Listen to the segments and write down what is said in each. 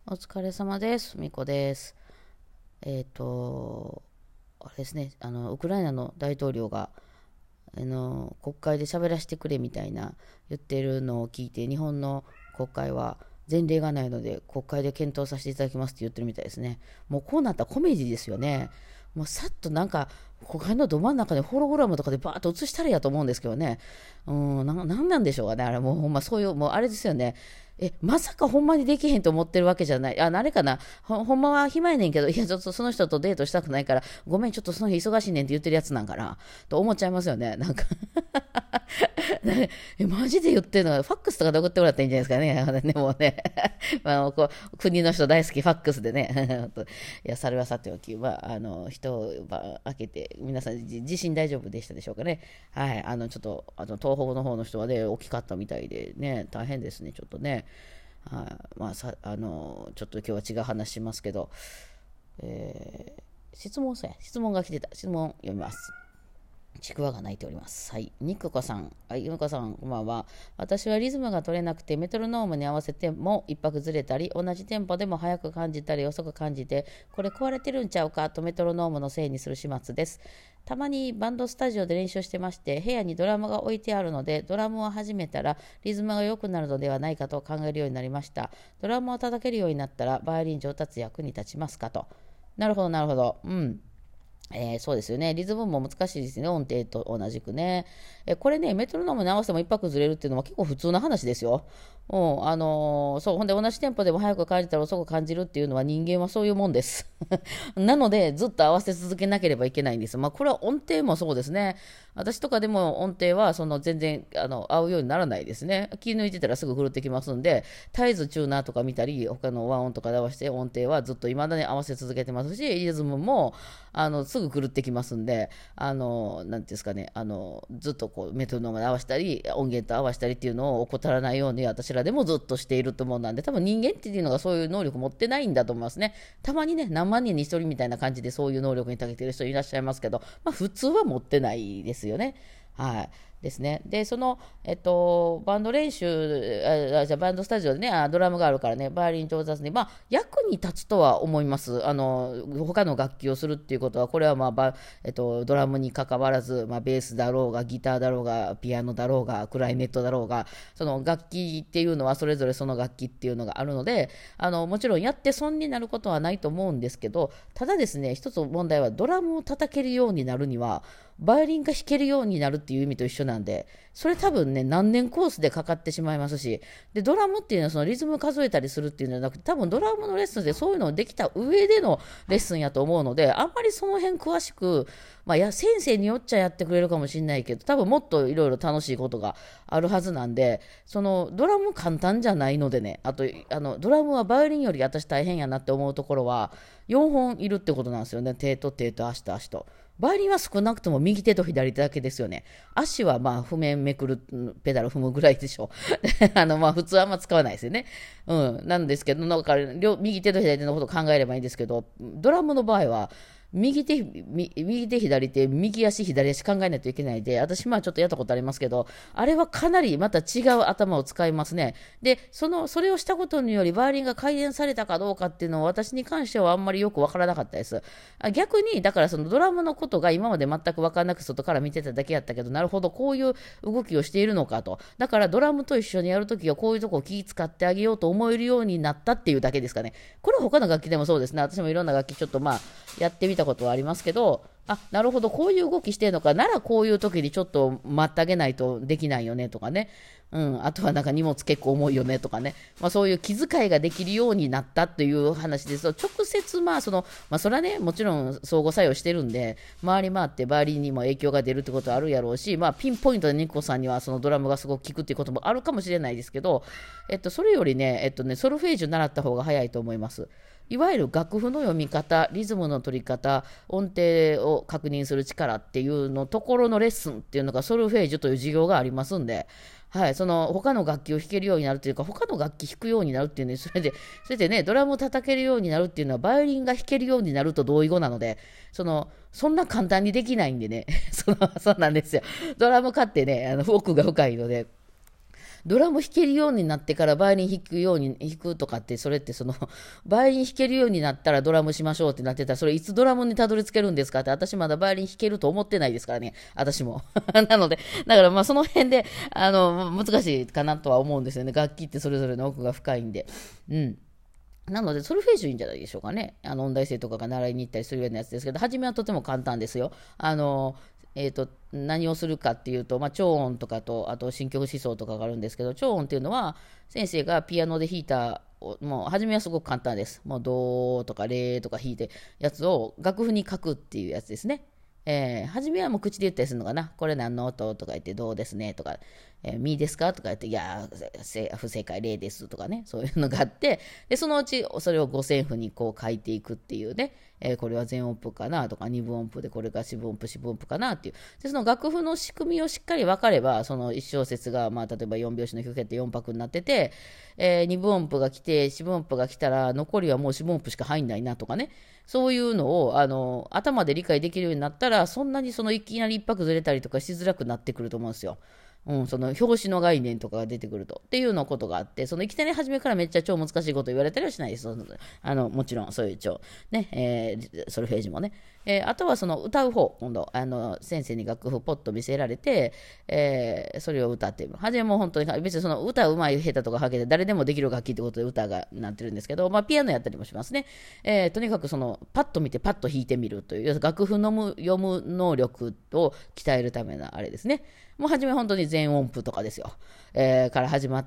お疲れ様です。みこです。あれですね、ウクライナの大統領が、国会で喋らせてくれみたいな言ってるのを聞いて、日本の国会は前例がないので、国会で検討させていただきますって言ってるみたいですね。もうこうなったらコメディですよね。もうさっとなんか、国会のど真ん中でホログラムとかでバーッと映したらやと思うんですけどね。なんなんでしょうかね。あれもうほんまそういう、もうあれですよね。まさかほんまにできへんと思ってるわけじゃない。あれかな。ほんまは暇やねんけど、いや、ちょっとその人とデートしたくないから、ごめん、ちょっとその日忙しいねんって言ってるやつなんかな。と思っちゃいますよね。なんかマジで言ってるのは、ファックスとかで送ってもらったらいいんじゃないですかね。ねもうねこう国の人大好きファックスでね。いや、それはさておき、人を開けて、皆さん、地震大丈夫でしたでしょうかね。はい。ちょっと、東北の方の人はね、大きかったみたいでね、大変ですね、ちょっとね。はい。ちょっと今日は違う話しますけど、質問が来てた。質問読みます。ちくわが泣いております。はい。にくこさん。はい。ゆむこさん、こんばんは。私はリズムが取れなくて、メトロノームに合わせても一拍ずれたり、同じテンポでも速く感じたり、遅く感じて、これ壊れてるんちゃうかとメトロノームのせいにする始末です。たまにバンドスタジオで練習してまして、部屋にドラムが置いてあるので、ドラムを始めたらリズムが良くなるのではないかと考えるようになりました。ドラムを叩けるようになったら、バイオリン上達役に立ちますかと。なるほど、なるほど。うん。そうですよね。リズムも難しいですね。音程と同じくね。これね、メトロノームに合わせても一拍ずれるっていうのは結構普通な話ですよ。そう、ほんで同じテンポでも早く感じたら遅く感じるっていうのは人間はそういうもんです。なので、ずっと合わせ続けなければいけないんです。まあ、これは音程もそうですね。私とかでも音程は、全然、合うようにならないですね。気抜いてたらすぐ狂ってきますんで、絶えずチューナーとか見たり、他の和音とかで合わせて音程はずっと未だに合わせ続けてますし、リズムも、すぐ狂ってきますんで、なんていうんですかね、ずっとこう、メトロノームで合わせたり、音源と合わせたりっていうのを怠らないように、私らでもずっとしていると思うなんで、多分人間っていうのがそういう能力持ってないんだと思いますね。たまにね、何万人に一人みたいな感じでそういう能力に長けている人いらっしゃいますけど、まあ普通は持ってないですよね。はい。ですね。で、バンド練習、じゃあバンドスタジオでね、ドラムがあるからね、バイオリン上手に、まあ、役に立つとは思います。他の楽器をするっていうことは、これはまあ、ドラムに関わらず、まあ、ベースだろうが、ギターだろうが、ピアノだろうが、クライネットだろうが、その楽器っていうのは、それぞれその楽器っていうのがあるので、もちろんやって損になることはないと思うんですけど、ただですね、一つ問題は、ドラムを叩けるようになるには、バイオリンが弾けるようになるっていう意味と一緒なんで、それ多分ね、何年コースでかかってしまいますし、で、ドラムっていうのはそのリズム数えたりするっていうのじゃなくて、多分ドラムのレッスンでそういうのをできた上でのレッスンやと思うので、あんまりその辺詳しく、まあ、先生によっちゃやってくれるかもしれないけど、多分もっといろいろ楽しいことがあるはずなんで、ドラム簡単じゃないのでね、あと、ドラムはバイオリンより私大変やなって思うところは、4本いるってことなんですよね。手と手と足と足と。バイオリンは少なくとも右手と左手だけですよね。足はまあ譜面めくるペダル踏むぐらいでしょう。まあ普通はあんま使わないですよね。うん。なんですけど、だから右手と左手のことを考えればいいんですけど、ドラムの場合は、右手、左手、右足、左足考えないといけないで、私まあちょっとやったことありますけど、あれはかなりまた違う頭を使いますね。で、それをしたことにより、バイオリンが改善されたかどうかっていうのは私に関してはあんまりよくわからなかったです。逆に、だからそのドラムのことが今まで全くわからなく外から見てただけやったけど、なるほど、こういう動きをしているのかと。だからドラムと一緒にやるときはこういうとこを気使ってあげようと思えるようになったっていうだけですかね。これは他の楽器でもそうですね。私もいろんな楽器ちょっとまあやってみたことはありますけど、なるほど、こういう動きしてるのか、ならこういう時にちょっと待ってあげないとできないよねとかね。うん、あとはなんか荷物結構重いよねとかね。まあそういう気遣いができるようになったという話ですと、直接それはね、もちろん相互作用してるんで、回り回ってバイオリンにも影響が出るってことはあるやろうし、まあピンポイントでニコさんにはそのドラムがすごく効くっていうこともあるかもしれないですけど、それよりね、ソルフェージュ習った方が早いと思います。いわゆる楽譜の読み方、リズムの取り方、音程を確認する力っていうのところのレッスンっていうのがソルフェージュという授業がありますんで、はい、その他の楽器を弾けるようになるというか、他の楽器弾くようになるっていうね、それでね、ドラムを叩けるようになるっていうのは、バイオリンが弾けるようになると同意語なので、そんな簡単にできないんでね、そうなんですよ。ドラム買ってね、奥が深いので、 ドラム弾けるようになってからバイオリン弾くとかって、それってバイオリン弾けるようになったらドラムしましょうってなってたら、それいつドラムにたどり着けるんですかって、私まだバイオリン弾けると思ってないですからね、私も。なので、だからまあその辺で、難しいかなとは思うんですよね。楽器ってそれぞれの奥が深いんで。うん。なので、ソルフェージュいいんじゃないでしょうかね。音大生とかが習いに行ったりするようなやつですけど、初めはとても簡単ですよ。何をするかっていうと、まあ、超音とかと、あと新曲思想とかがあるんですけど、超音っていうのは、先生がピアノで弾いた、もう初めはすごく簡単です。もうドーとかレーとか弾いて、やつを楽譜に書くっていうやつですね。初めはもう口で言ったりするのかな。これ何の音とか言って、どうですねとか、ミーですかとか言って、いや、不正解、例ですとかね、そういうのがあって、で、そのうちそれを五線譜にこう書いていくっていうね、これは全音符かなとか、二分音符でこれが四分音符、四分音符かなっていう。で、その楽譜の仕組みをしっかり分かれば、その一小節が、まあ、例えば4拍子の曲って4拍になってて、二分音符が来て、四分音符が来たら、残りはもう四分音符しか入んないなとかね、そういうのを頭で理解できるようになったら、そんなにいきなり一拍ずれたりとかしづらくなってくると思うんですよ。その表紙の概念とかが出てくるとっていうのことがあって、いきなり初めからめっちゃ超難しいこと言われたりはしないです。もちろんそういう超ね、ソルフェージもね、あとは歌う方、今度先生に楽譜ポッと見せられて、それを歌って初めも本当に別に歌うまい下手とかはけて誰でもできる楽器ってことで歌がなってるんですけど、まあ、ピアノやったりもしますね。とにかくパッと見てパッと弾いてみるという楽譜の読む能力を鍛えるためのあれですね。もう初め本当に全音符とかですよ。から始まって、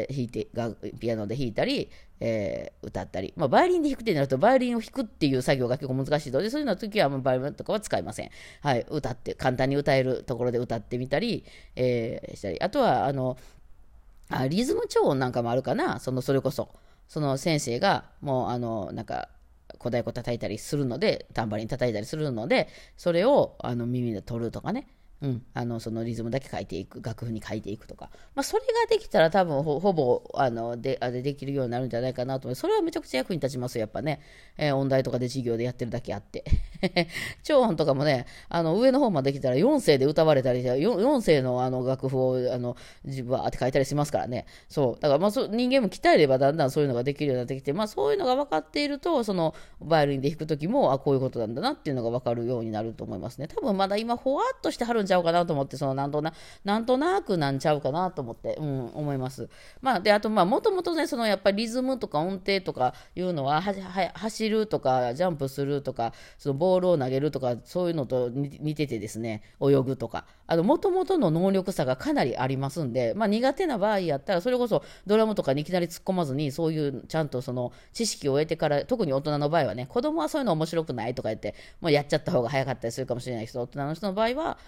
弾いてピアノで弾いたり、歌ったり、まあ、バイオリンで弾くってなるとバイオリンを弾くっていう作業が結構難しいので、そういうの時はバイオリンとかは使いません。はい、歌って簡単に歌えるところで歌ってみたり、したり、あとはリズム調音なんかもあるかな。それこそ先生がもうなんか小太鼓叩いたりするので、タンバリン叩いたりするので、それを耳で取るとかね。そのリズムだけ書いていく、楽譜に書いていくとか、まあ、それができたら多分ほぼできるようになるんじゃないかなと思う。それはめちゃくちゃ役に立ちますよ、やっぱね。音大とかで授業でやってるだけあって。超音とかもね、上の方までできたら4声で歌われたりして、4声の楽譜を自分はって書いたりしますからね。そう。だからまあ人間も鍛えればだんだんそういうのができるようになってきて、まあそういうのが分かっていると、バイオリンで弾くときも、こういうことなんだなっていうのが分かるようになると思いますね。多分まだ今、ほわっとしてはるんちゃうかなと思って、なんとなくなんちゃうかなと思って、思います。まあ、で、あと、もともとね、やっぱりリズムとか音程とかいうのは、走るとか、ジャンプするとか、ボールを投げるとか、そういうのと似ててですね、泳ぐとか、もともとの能力差がかなりありますんで、まあ、苦手な場合やったら、それこそドラムとかにいきなり突っ込まずに、そういうちゃんと知識を得てから、特に大人の場合はね、子供はそういうの面白くないとか言って、もうやっちゃった方が早かったりするかもしれないけど、大人の人の場合は、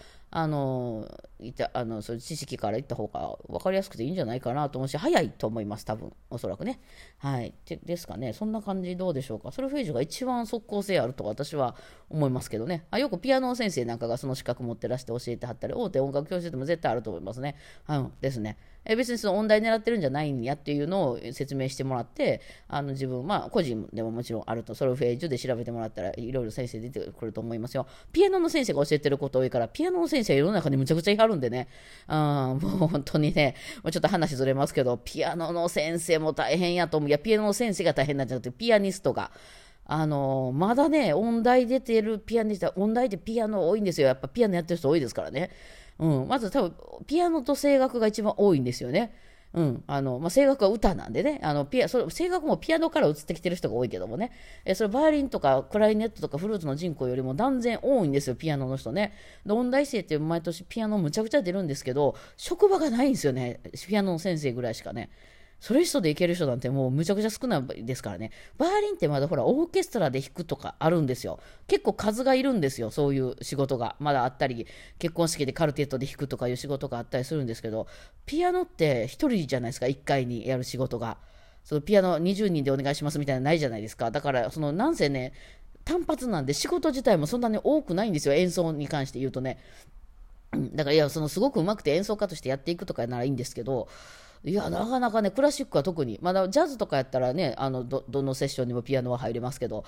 そういう知識からいった方が分かりやすくていいんじゃないかなと思うし、早いと思います、多分、おそらくね。はい。ですかね。そんな感じどうでしょうか。ソルフェージュが一番即効性あると私は思いますけどね。よくピアノ先生なんかがその資格持ってらして教えてはったり、大手音楽教室でも絶対あると思いますね。ですね。別に音大狙ってるんじゃないんやっていうのを説明してもらって、自分、個人でももちろんあると、ソルフェージュで調べてもらったらいろいろ先生出てくると思いますよ。ピアノの先生が教えてること多いから、ピアノの先生は世の中にむちゃくちゃいはるんでね、もう本当にね、ちょっと話ずれますけど、ピアノの先生も大変やと思う。いや、ピアノの先生が大変なんじゃなくて、ピアニストが。まだね、音大出てるピアニストは、音大でピアノ多いんですよ。やっぱピアノやってる人多いですからね。まず多分、ピアノと声楽が一番多いんですよね。声楽は歌なんでね、声楽もピアノから移ってきてる人が多いけどもね、それバイオリンとかクラリネットとかフルートの人口よりも断然多いんですよ、ピアノの人ね。で、音大生って毎年ピアノむちゃくちゃ出るんですけど、職場がないんですよね、ピアノの先生ぐらいしかね。それ人でいける人なんてもうむちゃくちゃ少ないですからね。バイオリンってまだほらオーケストラで弾くとかあるんですよ。結構数がいるんですよ。そういう仕事がまだあったり、結婚式でカルテットで弾くとかいう仕事があったりするんですけど、ピアノって一人じゃないですか、1回にやる仕事が。ピアノ20人でお願いしますみたいなのないじゃないですか。だからなんせね、単発なんで仕事自体もそんなに多くないんですよ。演奏に関して言うとね。だからいや、すごく上手くて演奏家としてやっていくとかならいいんですけど、いや、なかなかね、クラシックは特に、まだジャズとかやったらね、どのセッションにもピアノは入れますけど、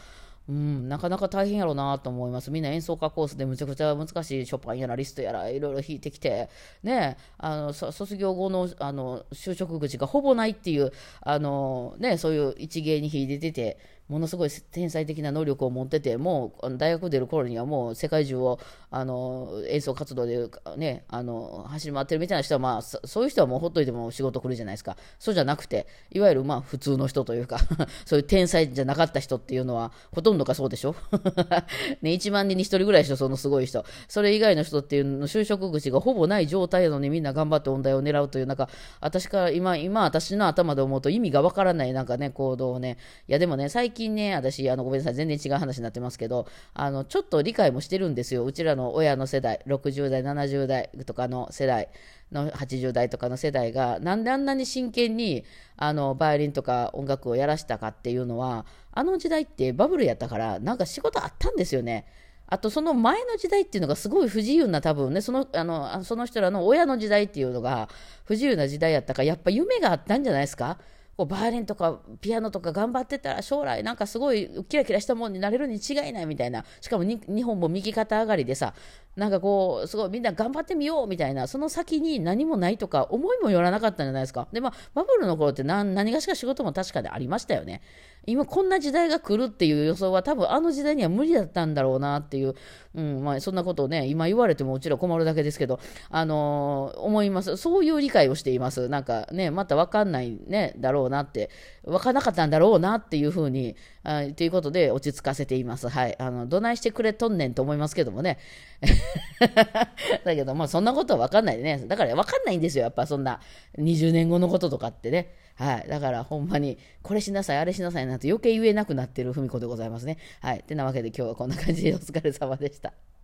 なかなか大変やろうなと思います。みんな演奏家コースでむちゃくちゃ難しいショパンやらリストやらいろいろ弾いてきて、ね、卒業後の、就職口がほぼないっていう、そういう一芸に秀でてて、ものすごい天才的な能力を持ってて、もう大学出る頃にはもう世界中を演奏活動で、ね、走り回ってるみたいな人は、まあ、そういう人はもうほっといても仕事来るじゃないですか。そうじゃなくて、いわゆるまあ普通の人というかそういう天才じゃなかった人っていうのはほとんどがそうでしょね、1万人に1人ぐらいでしょ、そのすごい人。それ以外の人っていうの就職口がほぼない状態なのにみんな頑張って音大を狙うという、なんか私から今私の頭で思うと意味がわからないなんかね、行動をね。いやでもね、最近ね、私ごめんなさい、全然違う話になってますけど、ちょっと理解もしてるんですよ。うちらの親の世代、60代70代とかの世代の80代とかの世代がなんであんなに真剣にバイオリンとか音楽をやらしたかっていうのは、あの時代ってバブルやったからなんか仕事あったんですよね。あとその前の時代っていうのがすごい不自由な、多分ね、その人らの親の時代っていうのが不自由な時代やったから、やっぱ夢があったんじゃないですか。こうバイオリンとかピアノとか頑張ってたら将来なんかすごいキラキラしたもんになれるに違いないみたいな。しかも日本も右肩上がりでさ、なんかこうすごいみんな頑張ってみようみたいな、その先に何もないとか思いもよらなかったんじゃないですか。でまあバブルの頃って何がしか仕事も確かでありましたよね。今こんな時代が来るっていう予想は多分あの時代には無理だったんだろうなっていう、まあ、そんなことをね今言われてもうちら困るだけですけど、思います。そういう理解をしています。なんかね、また分かんないねだろうなって、分からなかったんだろうなっていうふうにということで落ち着かせています。はい、どないしてくれとんねんと思いますけどもねだけどまあそんなことは分かんないでね、だから分かんないんですよ、やっぱそんな20年後のこととかってね。はい、だからほんまにこれしなさいあれしなさいなんて余計言えなくなってるふみこでございますね。はい、てなわけで今日はこんな感じでお疲れ様でした。